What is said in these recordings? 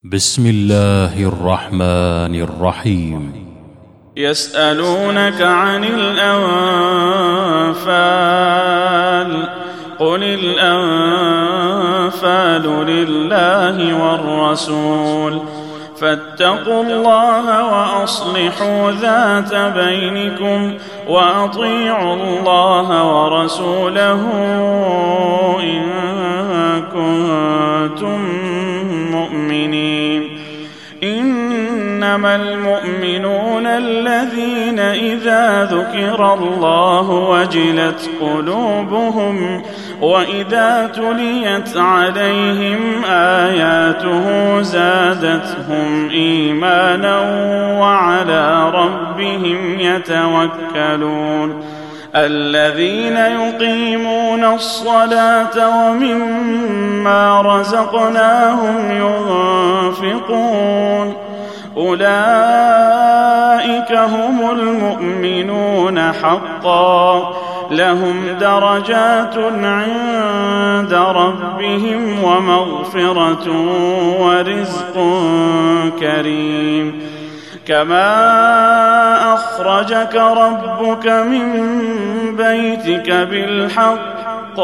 بسم الله الرحمن الرحيم. يسألونك عن الأنفال قل الأنفال لله والرسول فاتقوا الله وأصلحوا ذات بينكم وأطيعوا الله ورسوله إن كنتم مؤمنين. إنما المؤمنون الذين إذا ذكر الله وجلت قلوبهم وإذا تليت عليهم آياته زادتهم إيمانا وعلى ربهم يتوكلون. الذين يقيمون الصلاة ومما رزقناهم ينفقون أولئك هم المؤمنون حقا لهم درجات عند ربهم ومغفرة ورزق كريم. كما أخرجك ربك من بيتك بالحق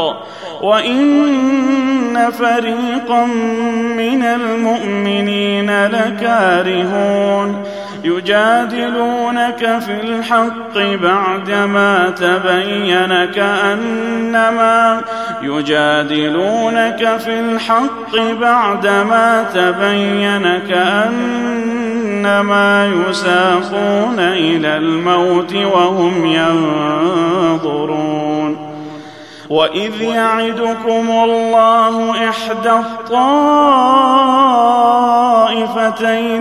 وإن فريقا من المؤمنين لكارهون يجادلونك في الحق بعدما تبين كأنما يساقون إلى الموت وهم ينظرون. وإذ يعدكم الله إحدى الطائفتين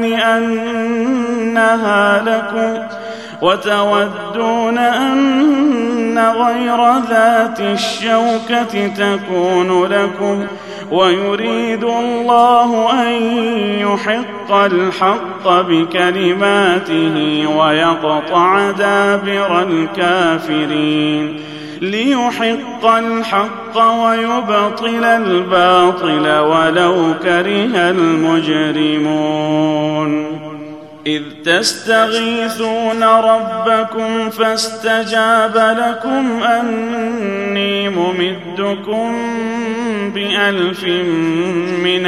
أنها لكم وتودون أن غير ذات الشوكة تكون لكم ويريد الله أن يحق الحق بكلماته ويقطع دابر الكافرين ليحق الحق ويبطل الباطل ولو كره المجرمون. إذ تستغيثون ربكم فاستجاب لكم أني ممدكم ب1000 من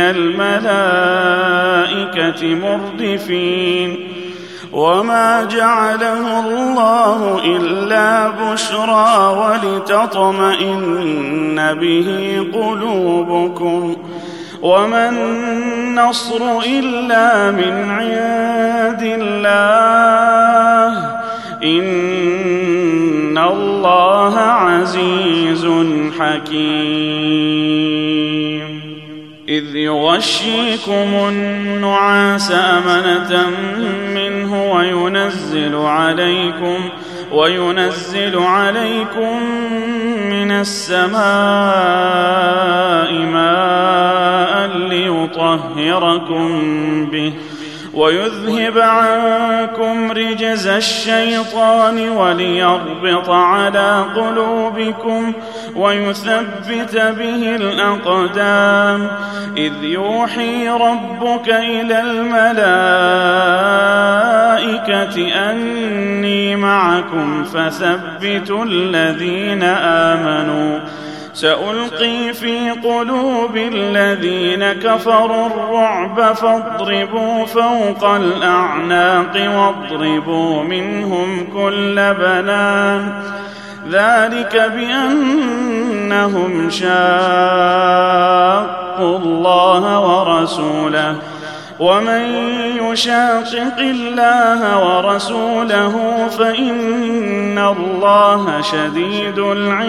الملائكة مردفين. وما جعله الله إلا بشرى ولتطمئن به قلوبكم وما النصر إلا من عند الله إن الله عزيز حكيم. إذ يغشيكم النعاس أمنة منه وينزل عليكم من السماء ماء ليطهركم به ويذهب عنكم رجز الشيطان وليربط على قلوبكم ويثبت به الأقدام. إذ يوحي ربك إلى الملائكة أني معكم فثبتوا الذين آمنوا سألقي في قلوب الذين كفروا الرعب فاضربوا فوق الأعناق واضربوا منهم كل بنان ذلك بأنهم شاقوا الله ورسوله ومن يشاقق الله ورسوله فإن الله شديد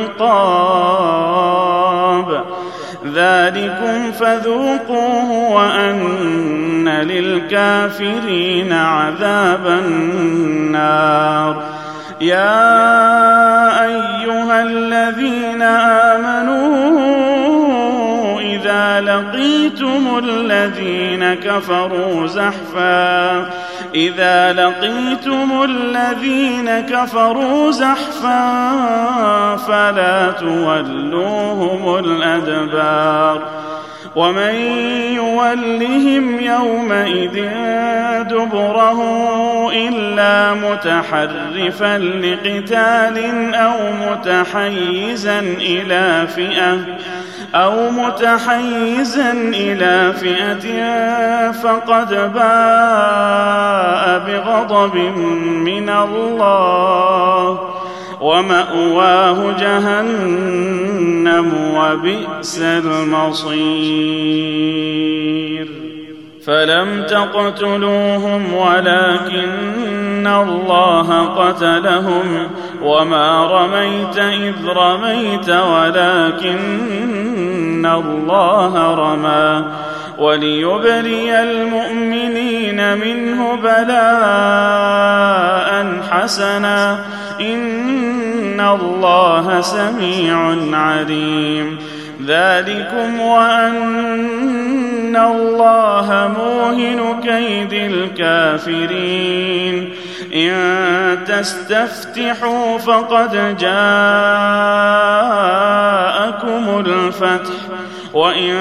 العقاب. ذلكم فذوقوه وأن للكافرين عذاب النار. يا أيها الذين آمنوا إذا لقيتم الذين كفروا زحفا فلا تولوهم الأدبار ومن يولهم يومئذ دبره إلا متحرفا لقتال أو متحيزا إلى فئة فقد باء بغضب من الله ومأواه جهنم وبئس المصير. فلم تقتلوهم ولكن الله قتلهم وما رميت إذ رميت ولكن الله رمى وليبلي المؤمنين منه بلاء حسنا إن الله سميع عليم. ذلكم وأن الله موهن كيد الكافرين. إن تستفتحوا فقد جاءكم الفتح وإن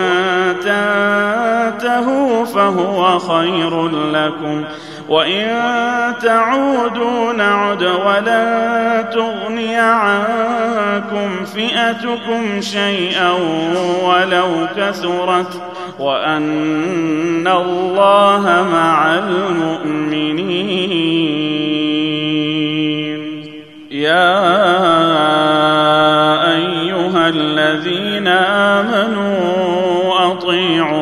تنتهوا فهو خير لكم وإن تعودوا نعد ولن تغني عنكم فئتكم شيئا ولو كثرت وأن الله مع المؤمنين. يا أيها الذين آمنوا أطيعوا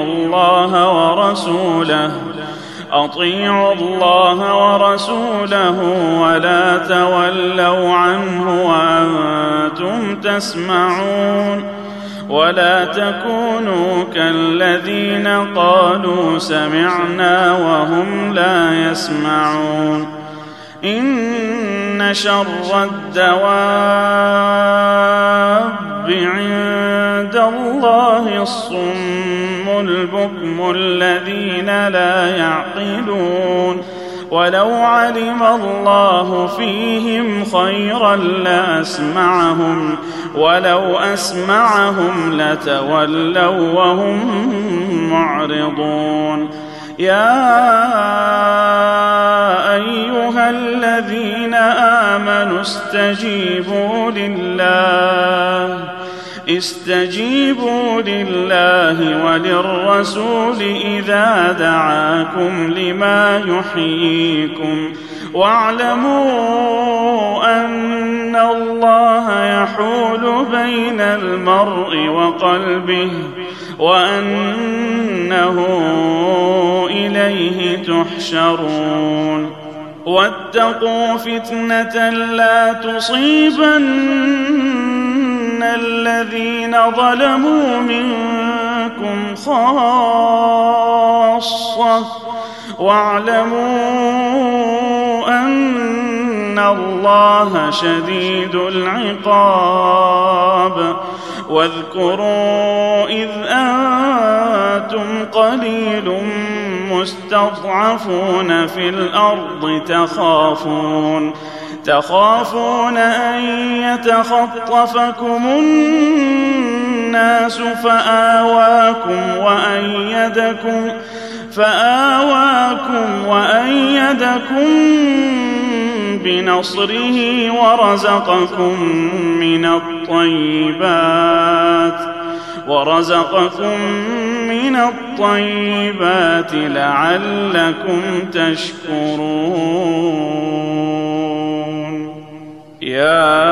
الله ورسوله ولا تولوا عنه وأنتم تسمعون ولا تكونوا كالذين قالوا سمعنا وهم لا يسمعون. إن شر الدواب عند الله الصم البكم الذين لا يعقلون. ولو علم الله فيهم خيرا لأسمعهم ولو أسمعهم لتولوا وهم معرضون. يا أيها الذين آمنوا استجيبوا لله وللرسول إذا دعاكم لما يحييكم واعلموا أن الله يحول بين المرء وقلبه وأنه إليه تحشرون. واتقوا فتنة لا تصيبن الذين ظلموا منكم خاصة واعلموا أن الله شديد العقاب. واذكروا إذ أنتم قليل مستضعفون في الأرض تخافون أن يتخطفكم الناس فآواكم وأيدكم بنصره ورزقكم من الطيبات لعلكم تشكرون. يا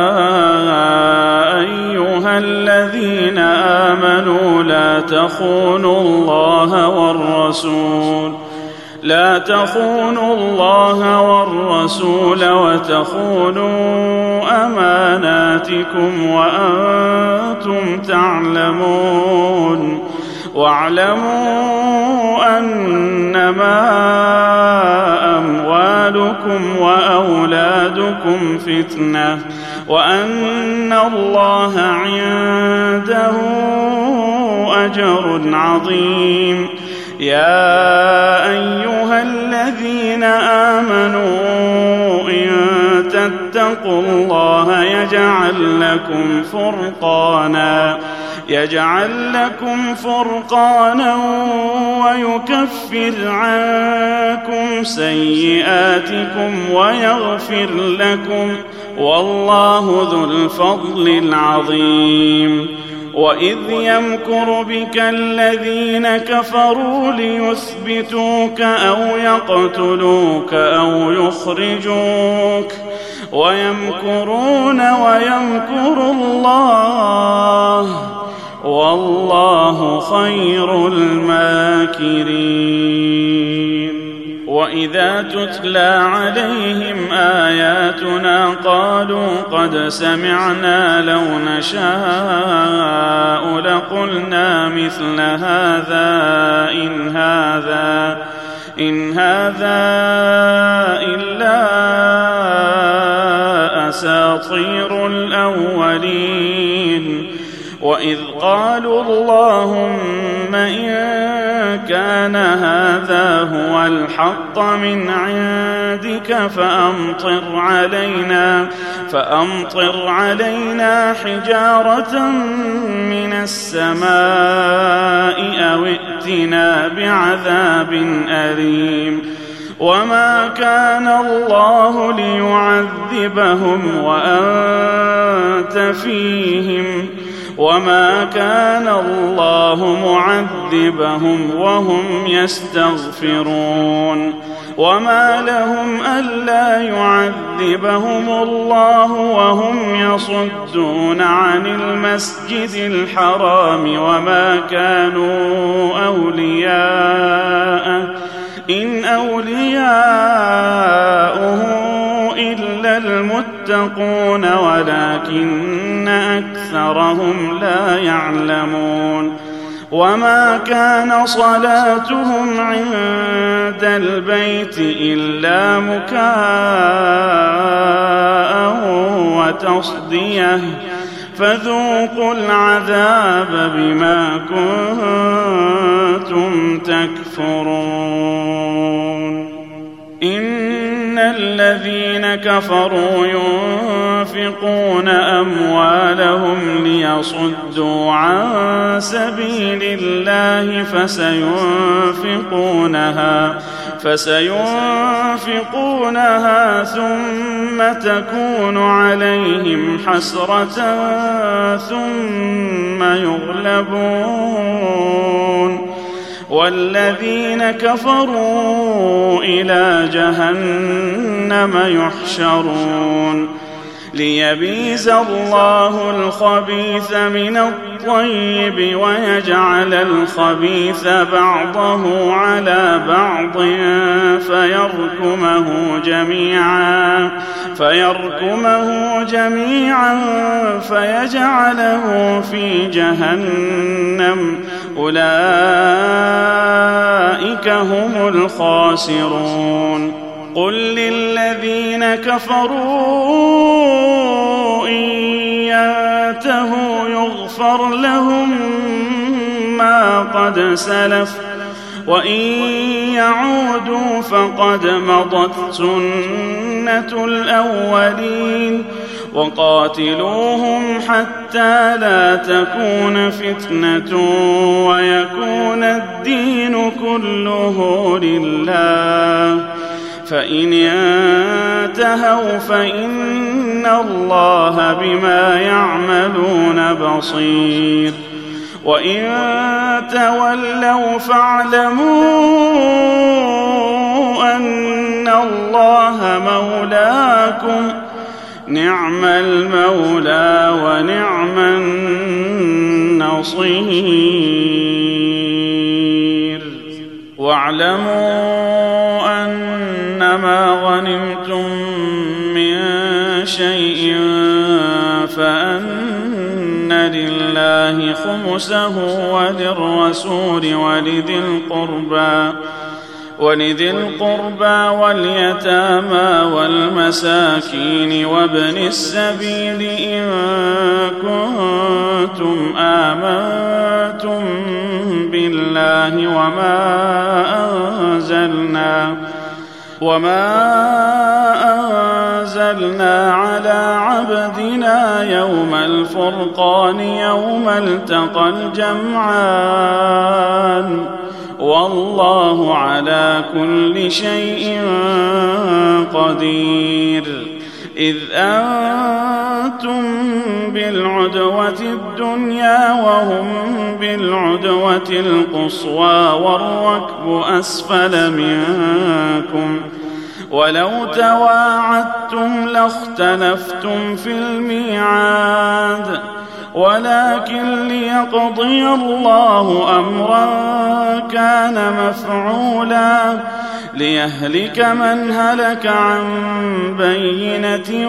أيها الذين آمنوا لا تخونوا الله والرسول وتخونوا أماناتكم وأنتم تعلمون. واعلموا أنما أموالكم وأولادكم فتنة وأن الله عنده أجر عظيم. يا أيها الذين آمنوا إن تتقوا الله يجعل لكم فرقانا ويكفر عنكم سيئاتكم ويغفر لكم، والله ذو الفضل العظيم. وإذ يمكر بك الذين كفروا ليثبتوك أو يقتلوك أو يخرجوك ويمكرون ويمكر الله والله خير الماكرين. وإذا تتلى عليهم آياتنا قالوا قد سمعنا لو نشاء لقلنا مثل هذا إن هذا إلا أساطير الأولين. وإذ قالوا اللهم إن كان هذا هو الحق من عندك فأمطر علينا حجارة من السماء أو ائتنا بعذاب أليم. وما كان الله ليعذبهم وأنت فيهم وما كان الله معذبهم وهم يستغفرون. وما لهم ألا يعذبهم الله وهم يصدون عن المسجد الحرام وما كانوا أولياءه إن أولياؤه إلا المتقون ولكن أكثرهم لا يعلمون. وما كان صلاتهم عند البيت إلا مكاء وتصدية فذوقوا العذاب بما كنتم تكفرون. إن الذين كفروا ينفقون أموالهم ليصدوا عن سبيل الله فسينفقونها ثم تكون عليهم حسرة ثم يغلبون والذين كفروا إلى جهنم يحشرون. ليميز الله الخبيث من الطيب ويجعل الخبيث بعضه على بعض فيركمه جميعا فيجعله في جهنم أولئك هم الخاسرون. قل للذين كفروا إن ينتهوا يغفر لهم ما قد سلف وإن يعودوا فقد مضت سنة الأولين. وقاتلوهم حتى لا تكون فتنة ويكون الدين كله لله فإن ينتهوا فإن الله بما يعملون بصير. وإن تولوا فاعلموا أن الله مولاكم نعم المولى ونعم النصير. واعلموا أنما غنمتم من شيء فأن لله خمسه وللرسول ولذي القربى واليتامى والمساكين وابن السبيل إن كنتم آمنتم بالله وما أنزلنا على عبدنا يوم الفرقان يوم التقى الجمعان والله على كل شيء قدير. إذ أنتم بالعدوة الدنيا وهم بالعدوة القصوى والركب أسفل منكم ولو تواعدتم لاختلفتم في الميعاد ولكن ليقضي الله أمرا كان مفعولا ليهلك من هلك عن بينة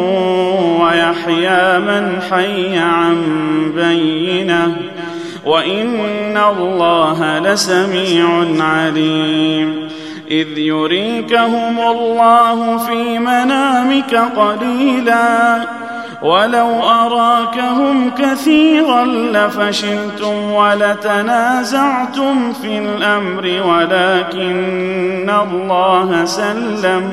ويحيى من حي عن بينة وإن الله لسميع عليم. إذ يريكهم الله في منامك قليلا ولو أراكهم كثيرا لفشلتم ولتنازعتم في الأمر ولكن الله سلم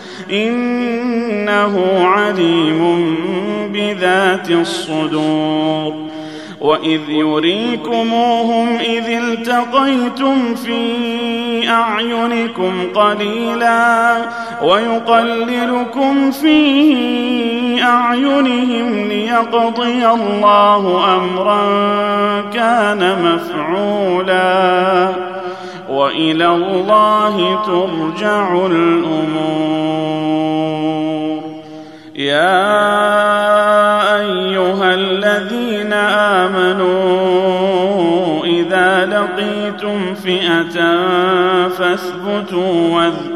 إنه عليم بذات الصدور. وإذ يريكموهم إذ التقيتم في أعينكم قليلا ويقللكم في أعينهم ليقضي الله أمرا كان مفعولا وإلى الله ترجع الأمور. يا أيها الذين آمنوا إذا لقيتم فئة فاثبتوا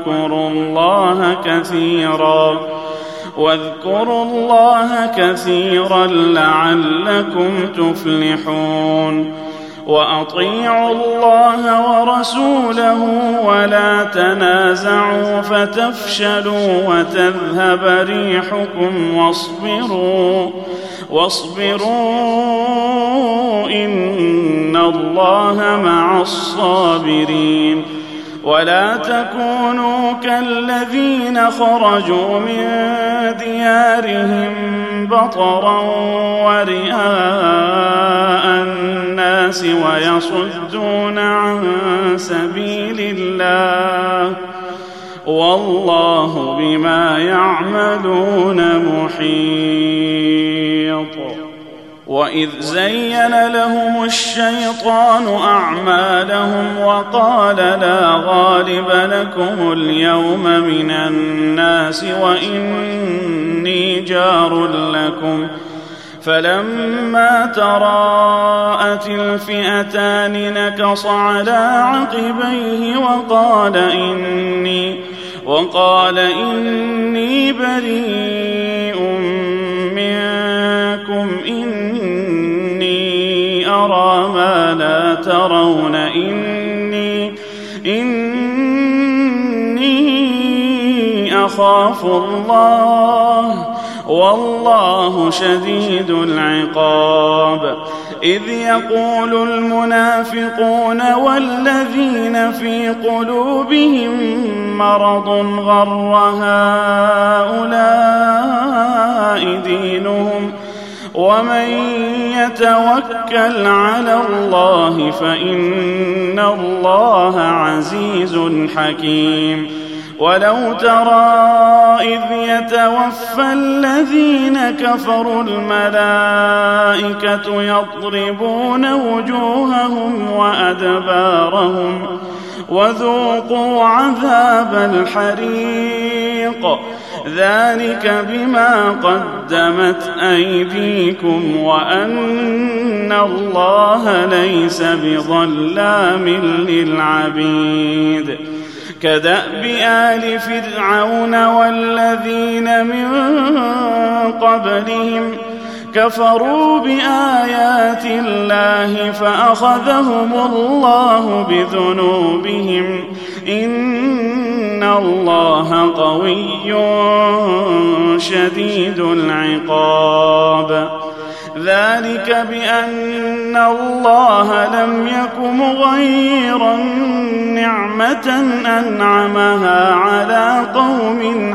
واذكروا الله كثيرا لعلكم تفلحون. وأطيعوا الله ورسوله ولا تنازعوا فتفشلوا وتذهب ريحكم واصبروا إن الله مع الصابرين. ولا تكونوا كالذين خرجوا من ديارهم بطرا ورئاء الناس ويصدون عن سبيل الله والله بما يعملون محيط. وإذ زين لهم الشيطان أعمالهم وقال لا غالب لكم اليوم من الناس وإني جار لكم فلما تراءت الفئتان نكص على عقبيه وقال إني بريء منكم إني أرى ما لا ترون إني أخاف الله والله شديد العقاب. إذ يقول المنافقون والذين في قلوبهم مرض غر هؤلاء دينهم ومن يتوكل على الله فإن الله عزيز حكيم. ولو ترى إذ يتوفى الذين كفروا الملائكة يضربون وجوههم وأدبارهم وذوقوا عذاب الحريق ذلك بما قدمت أيديكم وأن الله ليس بظلام للعبيد. كدأب آل فرعون والذين من قبلهم كفروا بآيات الله فأخذهم الله بذنوبهم إن الله قوي شديد العقاب. ذلك بأن الله لم يك مغيرا نعمة أنعمها على قوم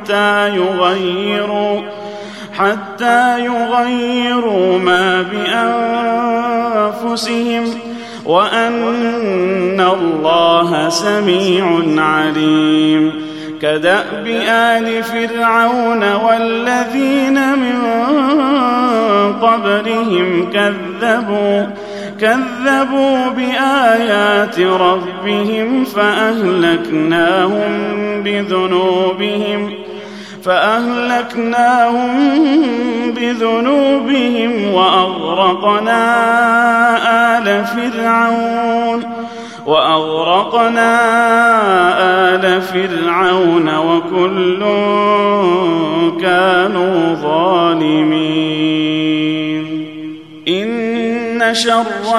حتى يغيروا ما بأنفسهم وأن الله سميع عليم. كدأب آل فرعون والذين من قبلهم كذبوا بآيات ربهم فأهلكناهم بذنوبهم وأغرقنا آل فرعون وكل كانوا ظالمين. إن شر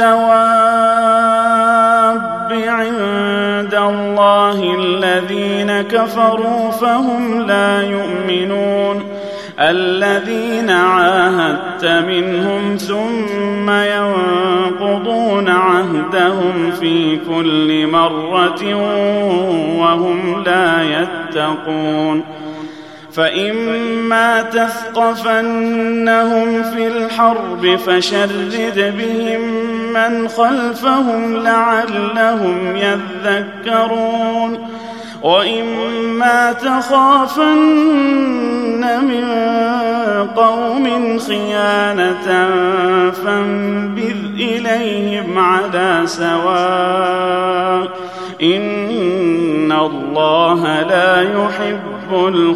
الدواب عند الله الذين كفروا فهم لا يؤمنون. الذين عاهدت منهم ثم ينقضون عهدهم في كل مرة وهم لا يتقون. فإما تثقفنهم في الحرب فشرد بهم من خلفهم لعلهم يذكرون. وإما تخافن من قوم خيانة فانبذ إليهم على سواء إن الله لا يحب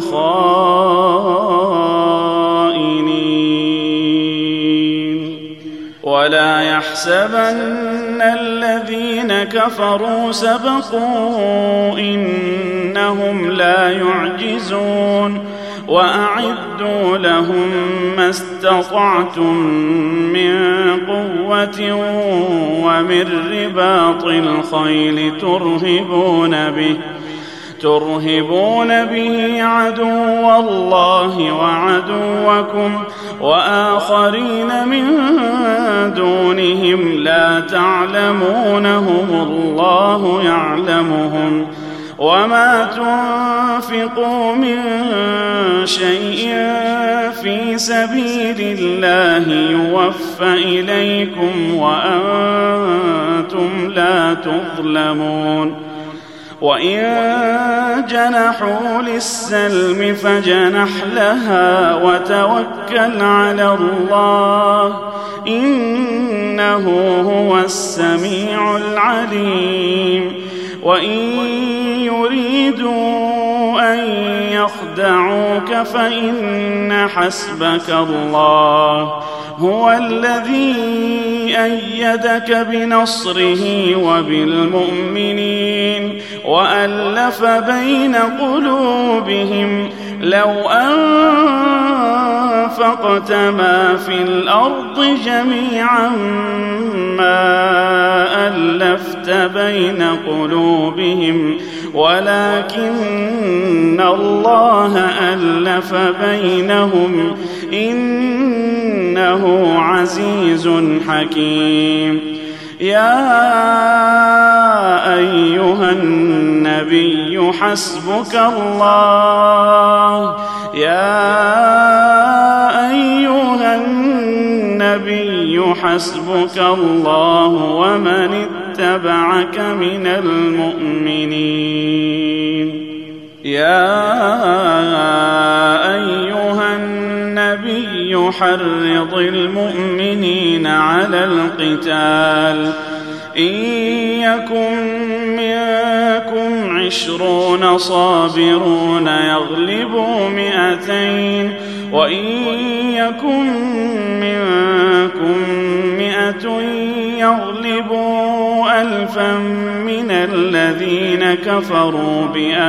الخائنين. ولا يحسبن الذين كفروا سبقوا إنهم لا يعجزون. وأعدوا لهم ما استطعتم من قوة ومن رباط الخيل ترهبون به عدو الله وعدوكم وآخرين من دونهم لا تعلمونهم الله يعلمهم. وما تنفقوا من شيء في سبيل الله يوفى إليكم وأنتم لا تظلمون. وإن جنحوا للسلم فجنح لها وتوكل على الله إنه هو السميع العليم. وإن يريدوا أن يخدعوك فإن حسبك الله هو الذي أيدك بنصره وبالمؤمنين وألف بين قلوبهم. لو أنفقت ما في الأرض جميعا ما ألفت بين قلوبهم ولكن الله ألف بينهم إنه عزيز حكيم. يا أيها النبي حسبك الله حسبك الله ومن اتبعك من المؤمنين. يا أيها النبي حرض المؤمنين على القتال. إن يكن منكم 20 صابرون يغلبوا 200 وإن يكن منكم 100 يغلبوا 1000 من الذين كفروا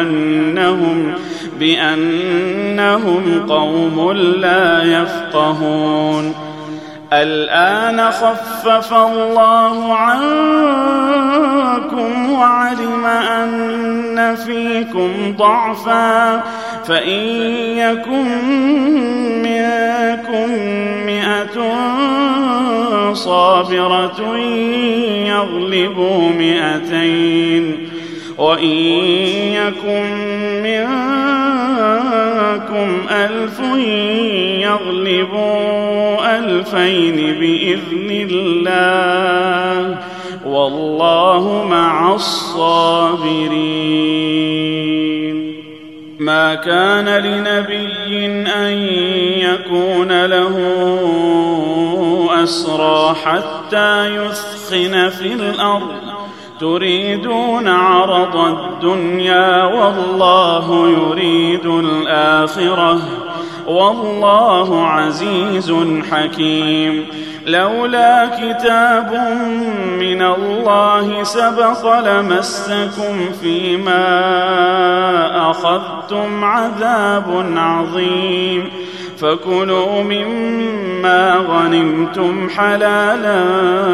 بأنهم قوم لا يفقهون. الآن خفف الله عنكم وعلم أن فيكم ضعفا فإن يكن منكم 100 صابرة يغلبوا 200 وإن يكن منكم 1000 يغلبوا 2000 بإذن الله والله مع الصابرين. ما كان لنبي أن يكون له أسرى حتى يثخن في الأرض تريدون عرض الدنيا والله يريد الآخرة والله عزيز حكيم. لولا كتاب من الله سبق لمسكم فيما أخذتم عذاب عظيم فكلوا مما غنمتم حلالا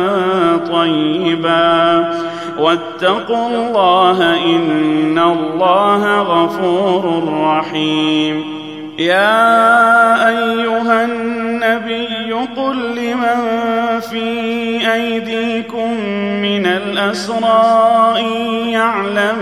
طيبا واتقوا الله إن الله غفور رحيم. يا أيها النبي قل لمن في أيديكم من الأسرى إن يعلم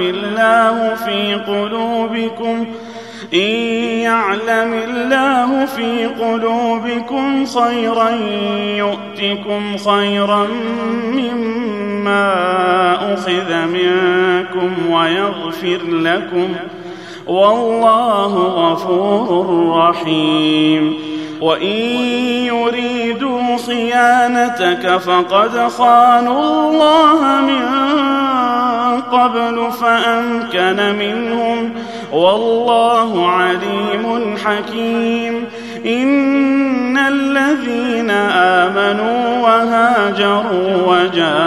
الله في قلوبكم خيرا يؤتكم خيرا مما أخذ منكم ويغفر لكم والله غفور رحيم. وإن يريدوا خيانتك فقد خانوا الله من قبل فأمكن منهم والله عليم حكيم. إن الذين آمنوا وهاجروا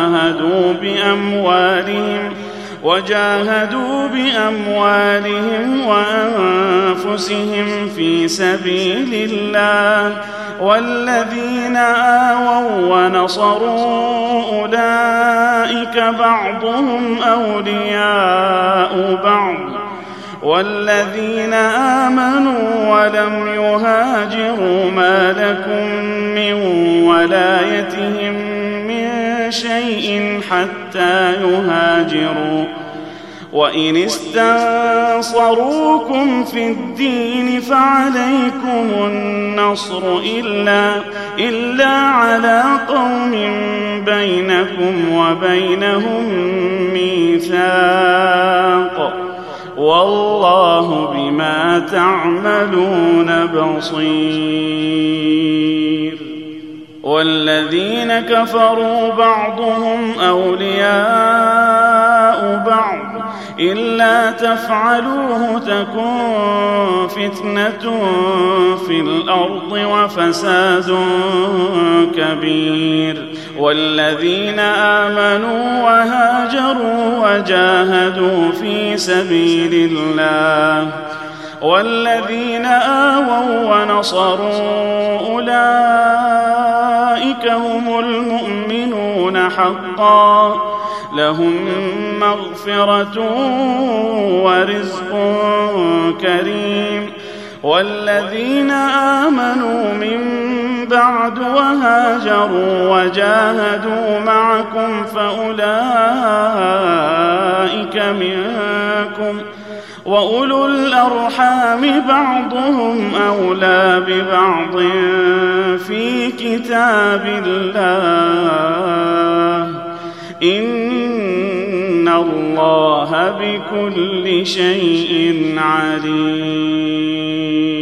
وجاهدوا بأموالهم وأنفسهم في سبيل الله والذين آووا ونصروا أولئك بعضهم أولياء بعض والذين آمنوا ولم يهاجروا ما لكم من ولايتهم من شيء حتى يهاجروا وإن استنصروكم في الدين فعليكم النصر إلا على قوم بينكم وبينهم ميثاق والله بما تعملون بصير. والذين كفروا بعضهم أولياء بعض إلا تفعلوه تكن فتنة في الأرض وفساد كبير. والذين آمنوا وهاجروا وجاهدوا في سبيل الله والذين آووا ونصروا أولئك هم المؤمنون حقا لهم مغفرة ورزق كريم. والذين آمنوا من بعد وهاجروا وجاهدوا معكم فأولئك منكم وأولو الأرحام بعضهم أولى ببعض في كتاب الله إن الله بكل شيء عليم.